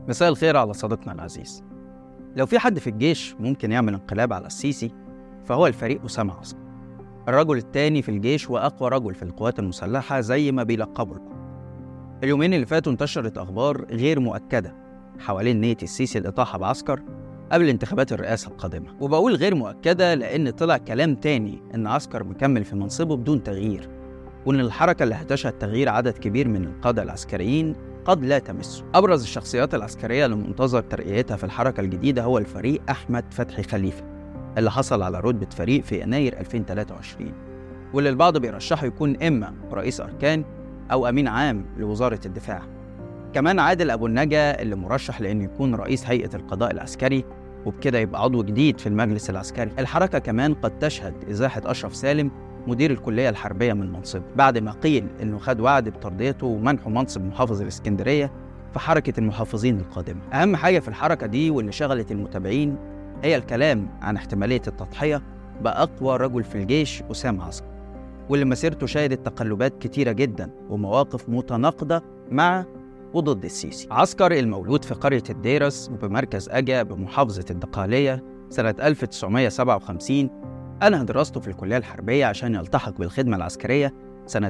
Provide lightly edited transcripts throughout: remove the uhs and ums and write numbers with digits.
مساء الخير على صديقنا العزيز. لو في حد في الجيش ممكن يعمل انقلاب على السيسي فهو الفريق أسامة عسكر، الرجل الثاني في الجيش وأقوى رجل في القوات المسلحة زي ما بيلقبوا البعض. اليومين اللي فاتوا انتشرت أخبار غير مؤكدة حوالين نية السيسي الإطاحة بعسكر قبل انتخابات الرئاسة القادمة، وبقول غير مؤكدة لأن طلع كلام تاني إن عسكر مكمل في منصبه بدون تغيير، وإن الحركة اللي هتشهد تغيير عدد كبير من القادة العسكريين قد لا تمسه. أبرز الشخصيات العسكرية اللي منتظر ترقيتها في الحركة الجديدة هو الفريق أحمد فتحي خليفة اللي حصل على رتبة فريق في يناير 2023، واللي البعض بيرشحه يكون إما رئيس أركان أو أمين عام لوزارة الدفاع. كمان عادل أبو النجا اللي مرشح لأنه يكون رئيس هيئة القضاء العسكري وبكده يبقى عضو جديد في المجلس العسكري. الحركة كمان قد تشهد إزاحة أشرف سالم مدير الكلية الحربية من منصبه بعد ما قيل إنه خد وعد بترضيته ومنحه منصب محافظ الإسكندرية في حركة المحافظين القادمة. أهم حاجة في الحركة دي واللي شغلت المتابعين هي الكلام عن احتمالية التضحية بأقوى رجل في الجيش أسامة عسكر، واللي مسيرته شهدت تقلبات كتيرة جدا ومواقف متناقضة مع وضد السيسي. عسكر المولود في قرية الديرس وبمركز أجا بمحافظة الدقهلية سنة 1957 أنهى دراسته في الكلية الحربية عشان يلتحق بالخدمة العسكرية سنة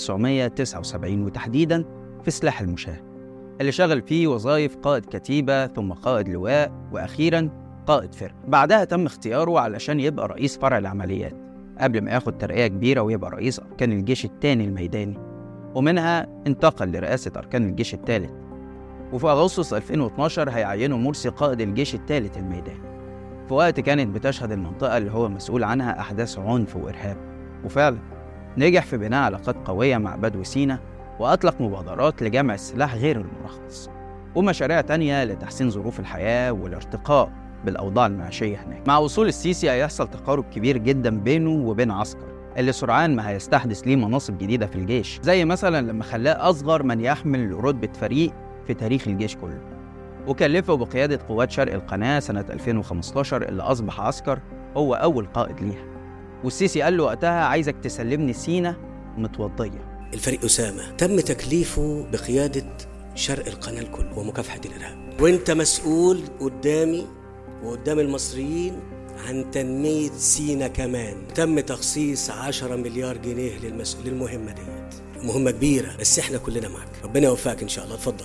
1979 وتحديداً في سلاح المشاة اللي شغل فيه وظائف قائد كتيبة ثم قائد لواء وأخيراً قائد فرقة. بعدها تم اختياره علشان يبقى رئيس فرع العمليات قبل ما ياخد ترقية كبيرة ويبقى رئيس أركان الجيش الثاني الميداني، ومنها انتقل لرئاسة أركان الجيش الثالث، وفي أغسطس 2012 هيعينه مرسي قائد الجيش الثالث الميداني في وقت كانت بتشهد المنطقة اللي هو مسؤول عنها أحداث عنف وإرهاب. وفعلا نجح في بناء علاقات قوية مع بدو سيناء وأطلق مبادرات لجمع السلاح غير المرخص ومشاريع تانية لتحسين ظروف الحياة والارتقاء بالأوضاع المعيشية هناك. مع وصول السيسي هيحصل تقارب كبير جدا بينه وبين عسكر اللي سرعان ما هيستحدث ليه مناصب جديدة في الجيش، زي مثلا لما خلاه أصغر من يحمل رتبة فريق في تاريخ الجيش كله، وكلفه بقيادة قوات شرق القناة سنة 2015 اللي أصبح عسكر هو أول قائد ليها. والسيسي قال له وقتها عايزك تسلمني سيناء متوضية. الفريق أسامة تم تكليفه بقيادة شرق القناة الكل ومكافحة الإرهاب، وانت مسؤول قدامي وقدام المصريين عن تنمية سيناء كمان. تم تخصيص 10 مليار جنيه للمهمة ديت، مهمة كبيرة بس احنا كلنا معك، ربنا يوفقك إن شاء الله. اتفضل.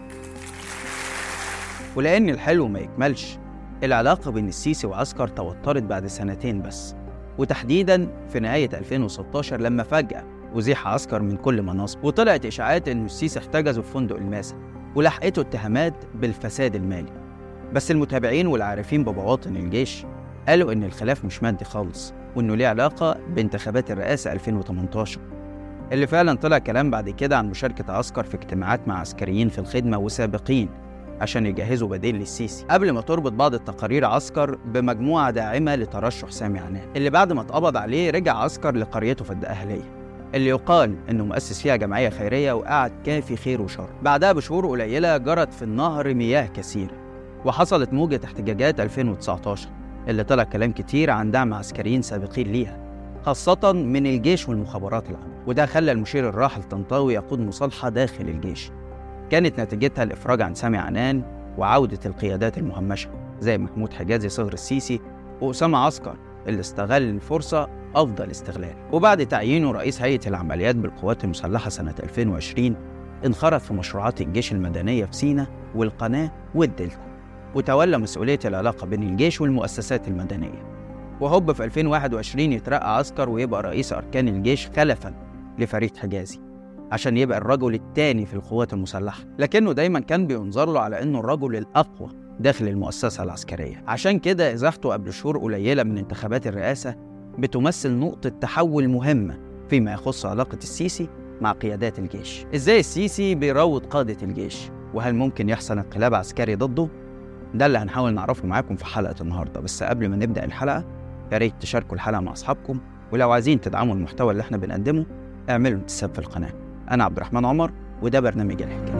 ولأن الحلو ما يكملش، العلاقة بين السيسي وعسكر توترت بعد سنتين بس، وتحديداً في نهاية 2016 لما فجأة أزيح عسكر من كل مناصب، وطلعت إشاعات إنه السيسي احتجزه في فندق الماسة ولحقته اتهامات بالفساد المالي. بس المتابعين والعارفين ببواطن الجيش قالوا إن الخلاف مش مادي خالص، وإنه ليه علاقة بانتخابات الرئاسة 2018 اللي فعلاً طلع كلام بعد كده عن مشاركة عسكر في اجتماعات مع عسكريين في الخدمة وسابقين عشان يجهزوا بديل للسيسي، قبل ما تربط بعض التقارير عسكر بمجموعة داعمة لترشح سامي عنان اللي بعد ما اتقبض عليه رجع عسكر لقريته في الدقهلية اللي يقال إنه مؤسس فيها جمعية خيرية وقعد كافي خير وشر. بعدها بشهور قليلة جرت في النهر مياه كثيرة وحصلت موجة احتجاجات 2019 اللي طلع كلام كتير عن دعم عسكريين سابقين ليها خاصة من الجيش والمخابرات العامة، وده خلى المشير الراحل طنطاوي يقود مصالحة داخل الجيش كانت نتيجتها الإفراج عن سامي عنان وعودة القيادات المهمشة زي محمود حجازي صغر السيسي وأسامة عسكر اللي استغل الفرصة أفضل استغلال. وبعد تعيينه رئيس هيئة العمليات بالقوات المسلحة سنة 2020 انخرط في مشروعات الجيش المدنية في سيناء والقناة والدلتا، وتولى مسؤولية العلاقة بين الجيش والمؤسسات المدنية. وهوب في 2021 يترقى عسكر ويبقى رئيس أركان الجيش خلفاً لفريد حجازي عشان يبقى الرجل الثاني في القوات المسلحة، لكنه دايما كان بينظر له على انه الرجل الاقوى داخل المؤسسة العسكرية. عشان كده ازاحته قبل شهور قليلة من انتخابات الرئاسة بتمثل نقطة تحول مهمة فيما يخص علاقة السيسي مع قيادات الجيش. ازاي السيسي بيروض قادة الجيش، وهل ممكن يحصل انقلاب عسكري ضده؟ ده اللي هنحاول نعرفه معاكم في حلقة النهاردة. بس قبل ما نبدأ الحلقة يا ريت تشاركوا الحلقة مع اصحابكم، ولو عايزين تدعموا المحتوى اللي احنا بنقدمه اعملوا انتساب في القناة. أنا عبد الرحمن عمر وده برنامج الحكاية.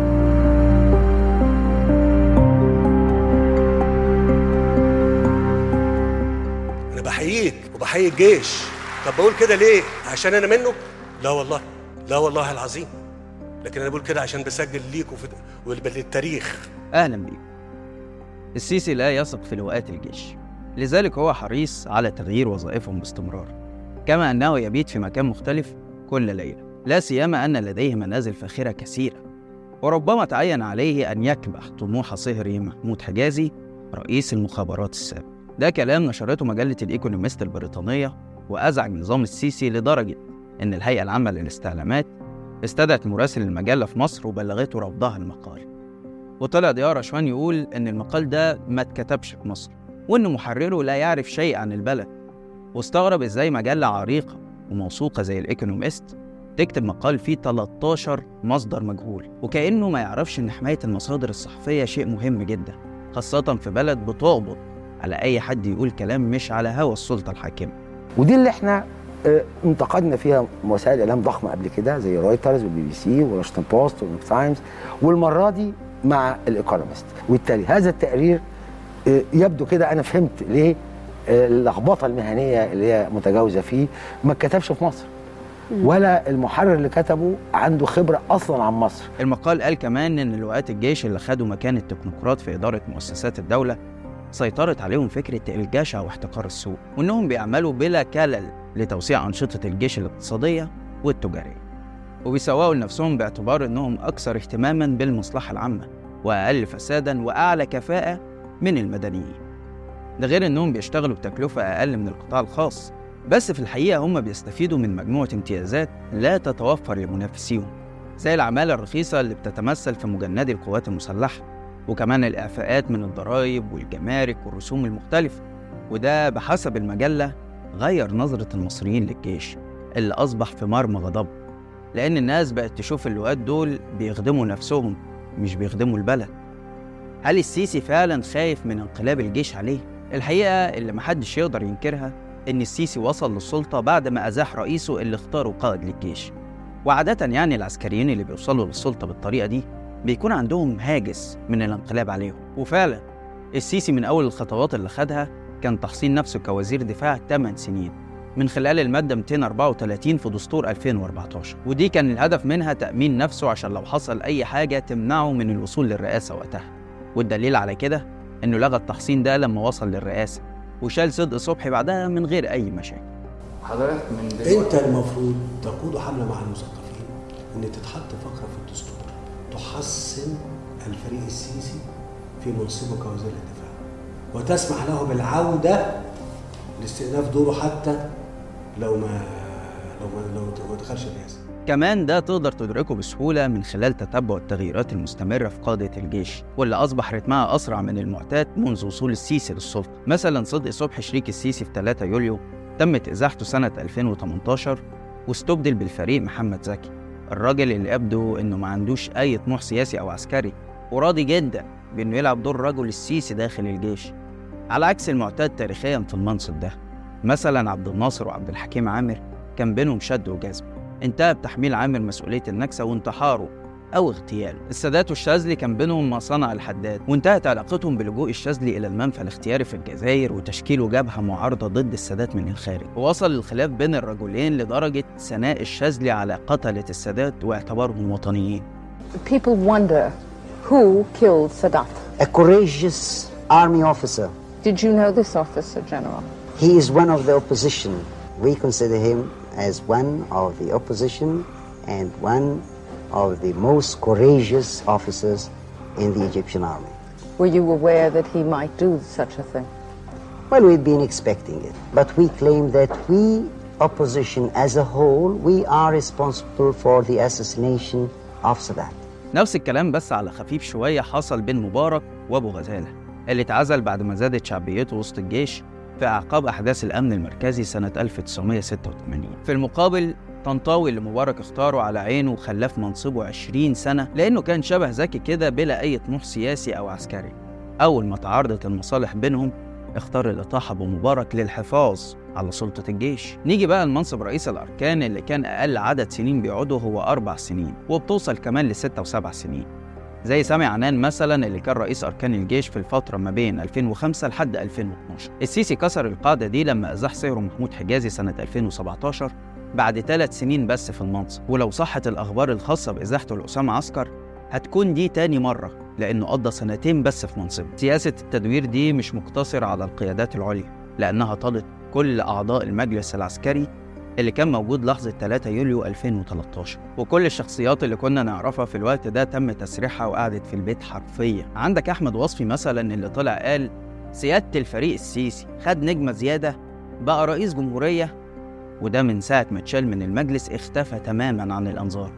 أنا بحييك وبحيي الجيش. طب بقول كده ليه؟ عشان أنا منه؟ لا والله، لا والله العظيم. لكن أنا بقول كده عشان بسجل ليك وللتاريخ أهلا بيكم. السيسي لا يثق في لواءات الجيش، لذلك هو حريص على تغيير وظائفهم باستمرار، كما أنه يبيت في مكان مختلف كل ليلة، لا سيما أن لديه منازل فاخرة كثيرة. وربما تعين عليه أن يكبح طموح صهري محمود حجازي رئيس المخابرات السابق. ده كلام نشرته مجلة الإيكونوميست البريطانية، وأزعج نظام السيسي لدرجة أن الهيئة العامة للاستعلامات استدعت مراسل المجلة في مصر وبلغته رفضها المقال. وطلع ضياء رشوان يقول أن المقال ده ما اتكتبش في مصر، وأن محرره لا يعرف شيء عن البلد، واستغرب إزاي مجلة عريقة وموثوقة زي الإيكونوميست تكتب مقال فيه 13 مصدر مجهول، وكأنه ما يعرفش إن حماية المصادر الصحفية شيء مهم جدا، خاصة في بلد بتقبض على أي حد يقول كلام مش على هوى السلطة الحاكمة. ودي اللي احنا انتقدنا فيها وسائل اعلام ضخمه قبل كده زي رويترز والبي بي سي وواشنطن بوست والنيويورك تايمز، والمره دي مع الايكونوميست. وبالتالي هذا التقرير يبدو كده انا فهمت ليه اللخبطه المهنيه اللي هي متجاوزه فيه ما اتكتبش في مصر، ولا المحرر اللي كتبه عنده خبره اصلا عن مصر. المقال قال كمان ان لواءات الجيش اللي خدوا مكان التكنوقراط في اداره مؤسسات الدوله سيطرت عليهم فكره الجشع واحتكار السوق، وانهم بيعملوا بلا كلل لتوسيع انشطه الجيش الاقتصاديه والتجاريه، وبيسوقوا لنفسهم باعتبار انهم اكثر اهتماما بالمصلحه العامه واقل فسادا واعلى كفاءه من المدنيين. ده غير انهم بيشتغلوا بتكلفه اقل من القطاع الخاص، بس في الحقيقه هم بيستفيدوا من مجموعه امتيازات لا تتوفر لمنافسيهم، زي العماله الرخيصه اللي بتتمثل في مجندي القوات المسلحه، وكمان الاعفاءات من الضرائب والجمارك والرسوم المختلفه. وده بحسب المجله غير نظره المصريين للجيش اللي اصبح في مرمى غضب، لان الناس بقت تشوف اللواءات دول بيخدموا نفسهم مش بيخدموا البلد. هل السيسي فعلا خايف من انقلاب الجيش عليه؟ الحقيقه اللي محدش يقدر ينكرها إن السيسي وصل للسلطة بعد ما أزاح رئيسه اللي اختاره قائد للجيش. وعادة يعني العسكريين اللي بيوصلوا للسلطة بالطريقة دي بيكون عندهم هاجس من الانقلاب عليهم. وفعلا السيسي من أول الخطوات اللي خدها كان تحصين نفسه كوزير دفاع 8 سنين من خلال المادة 234 في دستور 2014، ودي كان الهدف منها تأمين نفسه عشان لو حصل أي حاجة تمنعه من الوصول للرئاسة وقتها. والدليل على كده إنه لغى التحصين ده لما وصل للرئاسة، وشال صدق صبحي بعدها من غير أي مشاكل. حضرتك من دلوقتي أنت المفروض تقود حملة مع المثقفين إن تتحط فقرة في الدستور تحسن الفريق السيسي في منصبه كوزير الدفاع، وتسمح له بالعودة لاستئناف دوره حتى لو ما دخلش الرئاسة. كمان ده تقدر تدركه بسهولة من خلال تتبع التغييرات المستمرة في قادة الجيش، واللي أصبح رتمها أسرع من المعتاد منذ وصول السيسي للسلطة. مثلا صدق صبحي شريك السيسي في 3 يوليو تمت إزاحته سنة 2018 واستبدل بالفريق محمد زكي، الراجل اللي يبدو إنه ما عندوش أي طموح سياسي أو عسكري، وراضي جدا بإنه يلعب دور رجل السيسي داخل الجيش، على عكس المعتاد تاريخيا في المنصب ده. مثلا عبد الناصر وعبد الحكيم عامر كان بينهم شد وجذب، انتهى بتحميل عامر مسؤولية النكسة وانتحاره أو اغتياله. السادات والشاذلي كان بينهم ما صنع الحداد، وانتهت علاقتهم بلجوء الشاذلي إلى المنفى الاختياري في الجزائر وتشكيل جبهة معارضة ضد السادات من الخارج. ووصل الخلاف بين الرجلين لدرجة ثناء الشاذلي على قتلة السادات واعتبارهم وطنيين. People wonder who killed Sadat. A courageous army officer. Did you know this officer, General? He is one of the opposition. We consider him as one of the opposition and one of the most courageous officers in the Egyptian army. Were you aware that he might do such a thing? Well, we've been expecting it, but we claim that we, opposition as a whole, we are responsible for the assassination of Sadat. نفس الكلام بس على خفيف شوية حصل بين مبارك وأبو غزالة اللي اتعزل بعد ما زادت شعبيته وسط الجيش في أعقاب أحداث الأمن المركزي سنة 1986. في المقابل طنطاوي اللي مبارك اختاره على عينه وخلاه في منصبه 20 سنة لأنه كان شبه ذكي كده بلا أي طموح سياسي أو عسكري. أول ما تعارضت المصالح بينهم اختار الإطاحة بمبارك للحفاظ على سلطة الجيش. نيجي بقى لمنصب رئيس الأركان اللي كان أقل عدد سنين بيقعده هو 4 سنين، وبتوصل كمان ل6 و7 سنين، زي سامي عنان مثلا اللي كان رئيس أركان الجيش في الفترة ما بين 2005 لحد 2012. السيسي كسر القاعدة دي لما أزاح صهره محمود حجازي سنة 2017 بعد 3 سنين بس في المنصب. ولو صحت الأخبار الخاصة بإزاحته لأسامة عسكر هتكون دي تاني مرة، لأنه قضى سنتين بس في منصبه. سياسة التدوير دي مش مقتصرة على القيادات العليا، لأنها طالت كل أعضاء المجلس العسكري اللي كان موجود لحظة 3 يوليو 2013، وكل الشخصيات اللي كنا نعرفها في الوقت ده تم تسريحها وقعدت في البيت حرفيا. عندك أحمد وصفي مثلا اللي طلع قال سيادة الفريق السيسي خد نجمة زيادة بقى رئيس جمهورية، وده من ساعة ما اتشال من المجلس اختفى تماما عن الأنظار.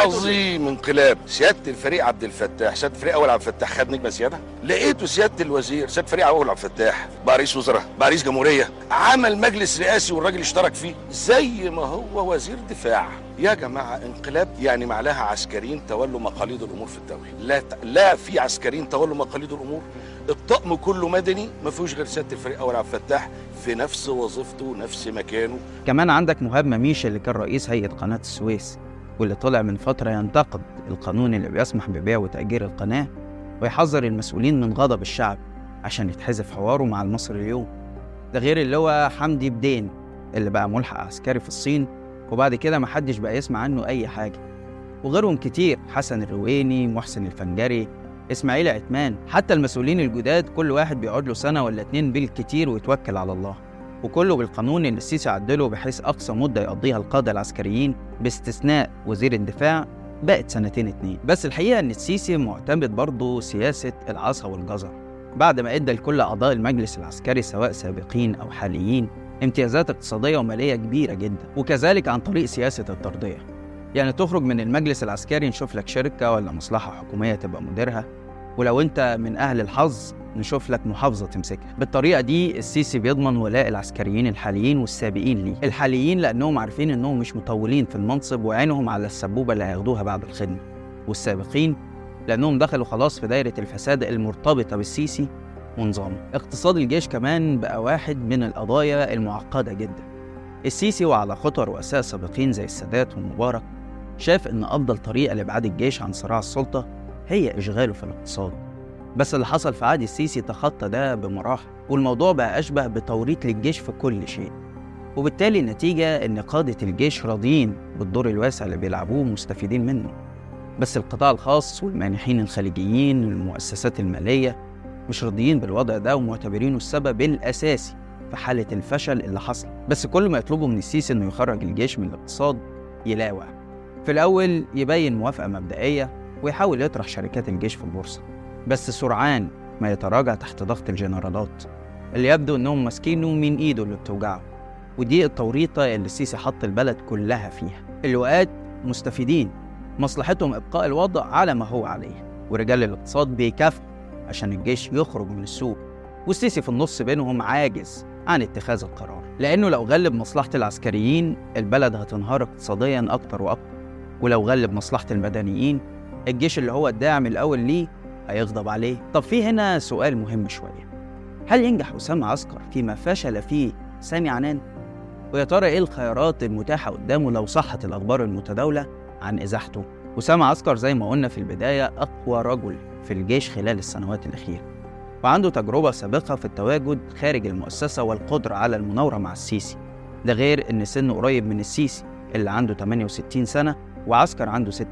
عظيم انقلاب. سيادة الفريق عبد الفتاح، سيادة الفريق أول عبد الفتاح خد نجمة زيادة. لقيته سيادة الوزير سيادة الفريق أول عبد الفتاح بقى رئيس وزراء، بقى رئيس جمهورية، عمل مجلس رئاسي والراجل اشترك فيه زي ما هو وزير دفاع. يا جماعة انقلاب يعني معناها عسكريين تولوا مقاليد الأمور في الدولة. لا في عسكريين تولوا مقاليد الأمور، الطقم كله مدني، ما فيهوش غير سيادة الفريق أول عبد الفتاح في نفس وظيفته نفس مكانه. كمان عندك مهاب مميش اللي كان رئيس هيئة قناة السويس، واللي طلع من فترة ينتقد القانون اللي بيسمح ببيع وتأجير القناة ويحذر المسؤولين من غضب الشعب عشان يتحذف حواره مع المصري اليوم. ده غير اللي هو حمدي بدين اللي بقى ملحق عسكري في الصين وبعد كده محدش بقى يسمع عنه أي حاجة، وغيرهم كتير، حسن الرويني، محسن الفنجري، إسماعيل عثمان. حتى المسؤولين الجداد كل واحد بيقعد له 1 ولا 2 سنة بالكتير ويتوكل على الله، وكله بالقانون اللي السيسي عدله بحيث أقصى مدة يقضيها القادة العسكريين باستثناء وزير الدفاع بقت 2 بس. الحقيقة إن السيسي معتمد برضه سياسة العصا والجزر، بعد ما إدى لكل أعضاء المجلس العسكري سواء سابقين أو حاليين امتيازات اقتصادية ومالية كبيرة جدا، وكذلك عن طريق سياسة الترضية. يعني تخرج من المجلس العسكري نشوف لك شركة ولا مصلحة حكومية تبقى مديرها، ولو أنت من أهل الحظ نشوف لك محافظة تمسكها. بالطريقة دي السيسي بيضمن ولاء العسكريين الحاليين والسابقين ليه. الحاليين لأنهم عارفين أنهم مش مطولين في المنصب وعينهم على السبوبة اللي هياخدوها بعد الخدمة، والسابقين لأنهم دخلوا خلاص في دايرة الفساد المرتبطة بالسيسي ونظامه. اقتصاد الجيش كمان بقى واحد من القضايا المعقدة جدا. السيسي وعلى خطى رؤساء سابقين زي السادات ومبارك شاف أن أفضل طريقة لإبعاد الجيش عن صراع السلطة هي إشغاله في الاقتصاد، بس اللي حصل في عهد السيسي تخطى ده بمراحل، والموضوع بقى أشبه بتوريط للجيش في كل شيء، وبالتالي النتيجة إن قادة الجيش راضيين بالدور الواسع اللي بيلعبوه ومستفيدين منه، بس القطاع الخاص والمانحين الخليجيين والمؤسسات المالية مش راضيين بالوضع ده ومعتبرينه السبب الأساسي في حالة الفشل اللي حصل. بس كل ما يطلبوا من السيسي إنه يخرج الجيش من الاقتصاد يلاوع. في الأول يبين موافقة مبدئية ويحاول يطرح شركات الجيش في البورصة، بس سرعان ما يتراجع تحت ضغط الجنرالات اللي يبدو إنهم ماسكينه من إيده اللي بتوجعه، ودي التوريطة اللي السيسي حط البلد كلها فيها. اللواءات مستفيدين، مصلحتهم إبقاء الوضع على ما هو عليه، ورجال الاقتصاد بيكافحوا عشان الجيش يخرج من السوق، والسيسي في النص بينهم عاجز عن اتخاذ القرار، لأنه لو غلب مصلحة العسكريين البلد هتنهار اقتصاديا أكتر وأكتر، ولو غلب مصلحة المدنيين الجيش اللي هو الداعم الأول ليه هيغضب عليه. طب في هنا سؤال مهم شوية، هل ينجح أسامة عسكر فيما فشل فيه سامي عنان؟ ويا ترى إيه الخيارات المتاحة قدامه لو صحت الأخبار المتداولة عن إزاحته؟ أسامة عسكر زي ما قلنا في البداية أقوى رجل في الجيش خلال السنوات الأخيرة، وعنده تجربة سابقة في التواجد خارج المؤسسة والقدرة على المناورة مع السيسي. ده غير إن سنه قريب من السيسي اللي عنده 68 سنة وعسكر عنده 66،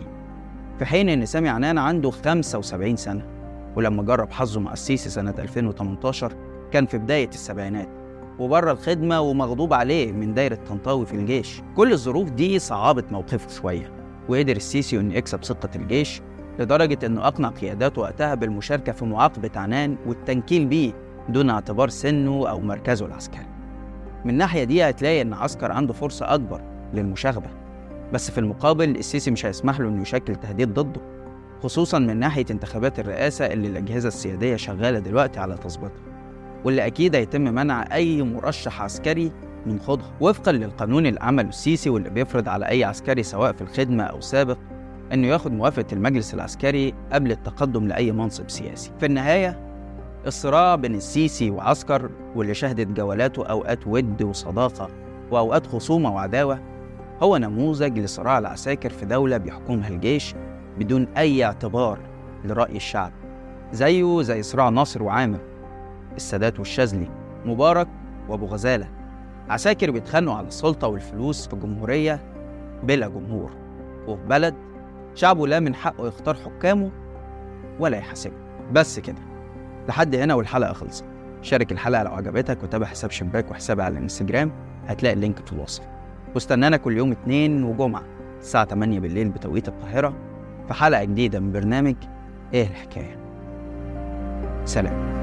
في حين إن سامي عنان عنده 75 سنة، ولما جرب حظه مع السيسي سنة 2018 كان في بداية السبعينات وبره الخدمة ومغضوب عليه من دايرة طنطاوي في الجيش. كل الظروف دي صعبت موقفه شوية، وقدر السيسي إنه يكسب ثقة الجيش لدرجة إنه أقنع قياداته وقتها بالمشاركة في معاقبة عنان والتنكيل بيه دون اعتبار سنه أو مركزه العسكري. من ناحية دي هتلاقي إن عسكر عنده فرصة أكبر للمشاغبة، بس في المقابل السيسي مش هيسمح له إنه يشكل تهديد ضده، خصوصاً من ناحية انتخابات الرئاسة اللي الأجهزة السيادية شغالة دلوقتي على تظبيطها، واللي أكيد هيتم منع أي مرشح عسكري من خوضها وفقاً للقانون اللي عمله السيسي، واللي بيفرض على أي عسكري سواء في الخدمة أو سابق إنه ياخد موافقة المجلس العسكري قبل التقدم لأي منصب سياسي. في النهاية الصراع بين السيسي وعسكر، واللي شهدت جولاته أوقات ود وصداقة وأوقات خصومة وعداوة، هو نموذج لصراع العساكر في دولة بيحكمها الجيش بدون أي اعتبار لرأي الشعب، زيه زي صراع ناصر وعامر، السادات والشاذلي، مبارك وأبو غزالة. عساكر بيتخانقوا على السلطة والفلوس في جمهورية بلا جمهور، وفي بلد شعبه لا من حقه يختار حكامه ولا يحاسبه. بس كده، لحد هنا والحلقة خلصت. شارك الحلقة لو عجبتك، وتابع حساب شباك وحسابي على الانستجرام، هتلاقي اللينك في الوصف. واستنانا كل يوم اثنين وجمعة الساعة 8 بالليل بتوقيت القاهرة في حلقة جديدة من برنامج ايه الحكاية. سلام.